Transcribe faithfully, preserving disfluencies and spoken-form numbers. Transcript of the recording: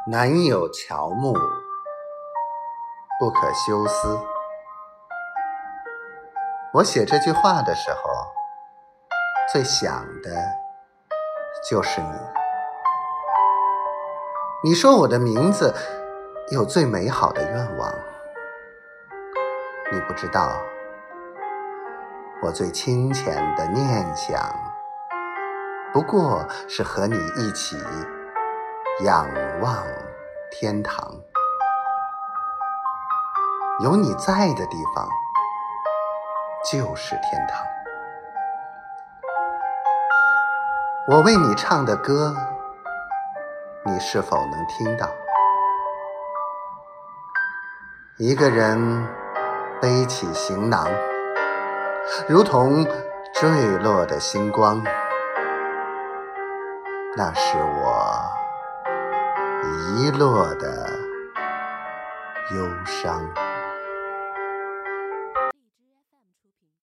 南有乔木，不可休思。我写这句话的时候，最想的就是你。你说我的名字有最美好的愿望，你不知道，我最清浅的念想，不过是和你一起仰望天堂。有你在的地方就是天堂。我为你唱的歌，你是否能听到？一个人背起行囊，如同坠落的星光，那是我遗落的忧伤。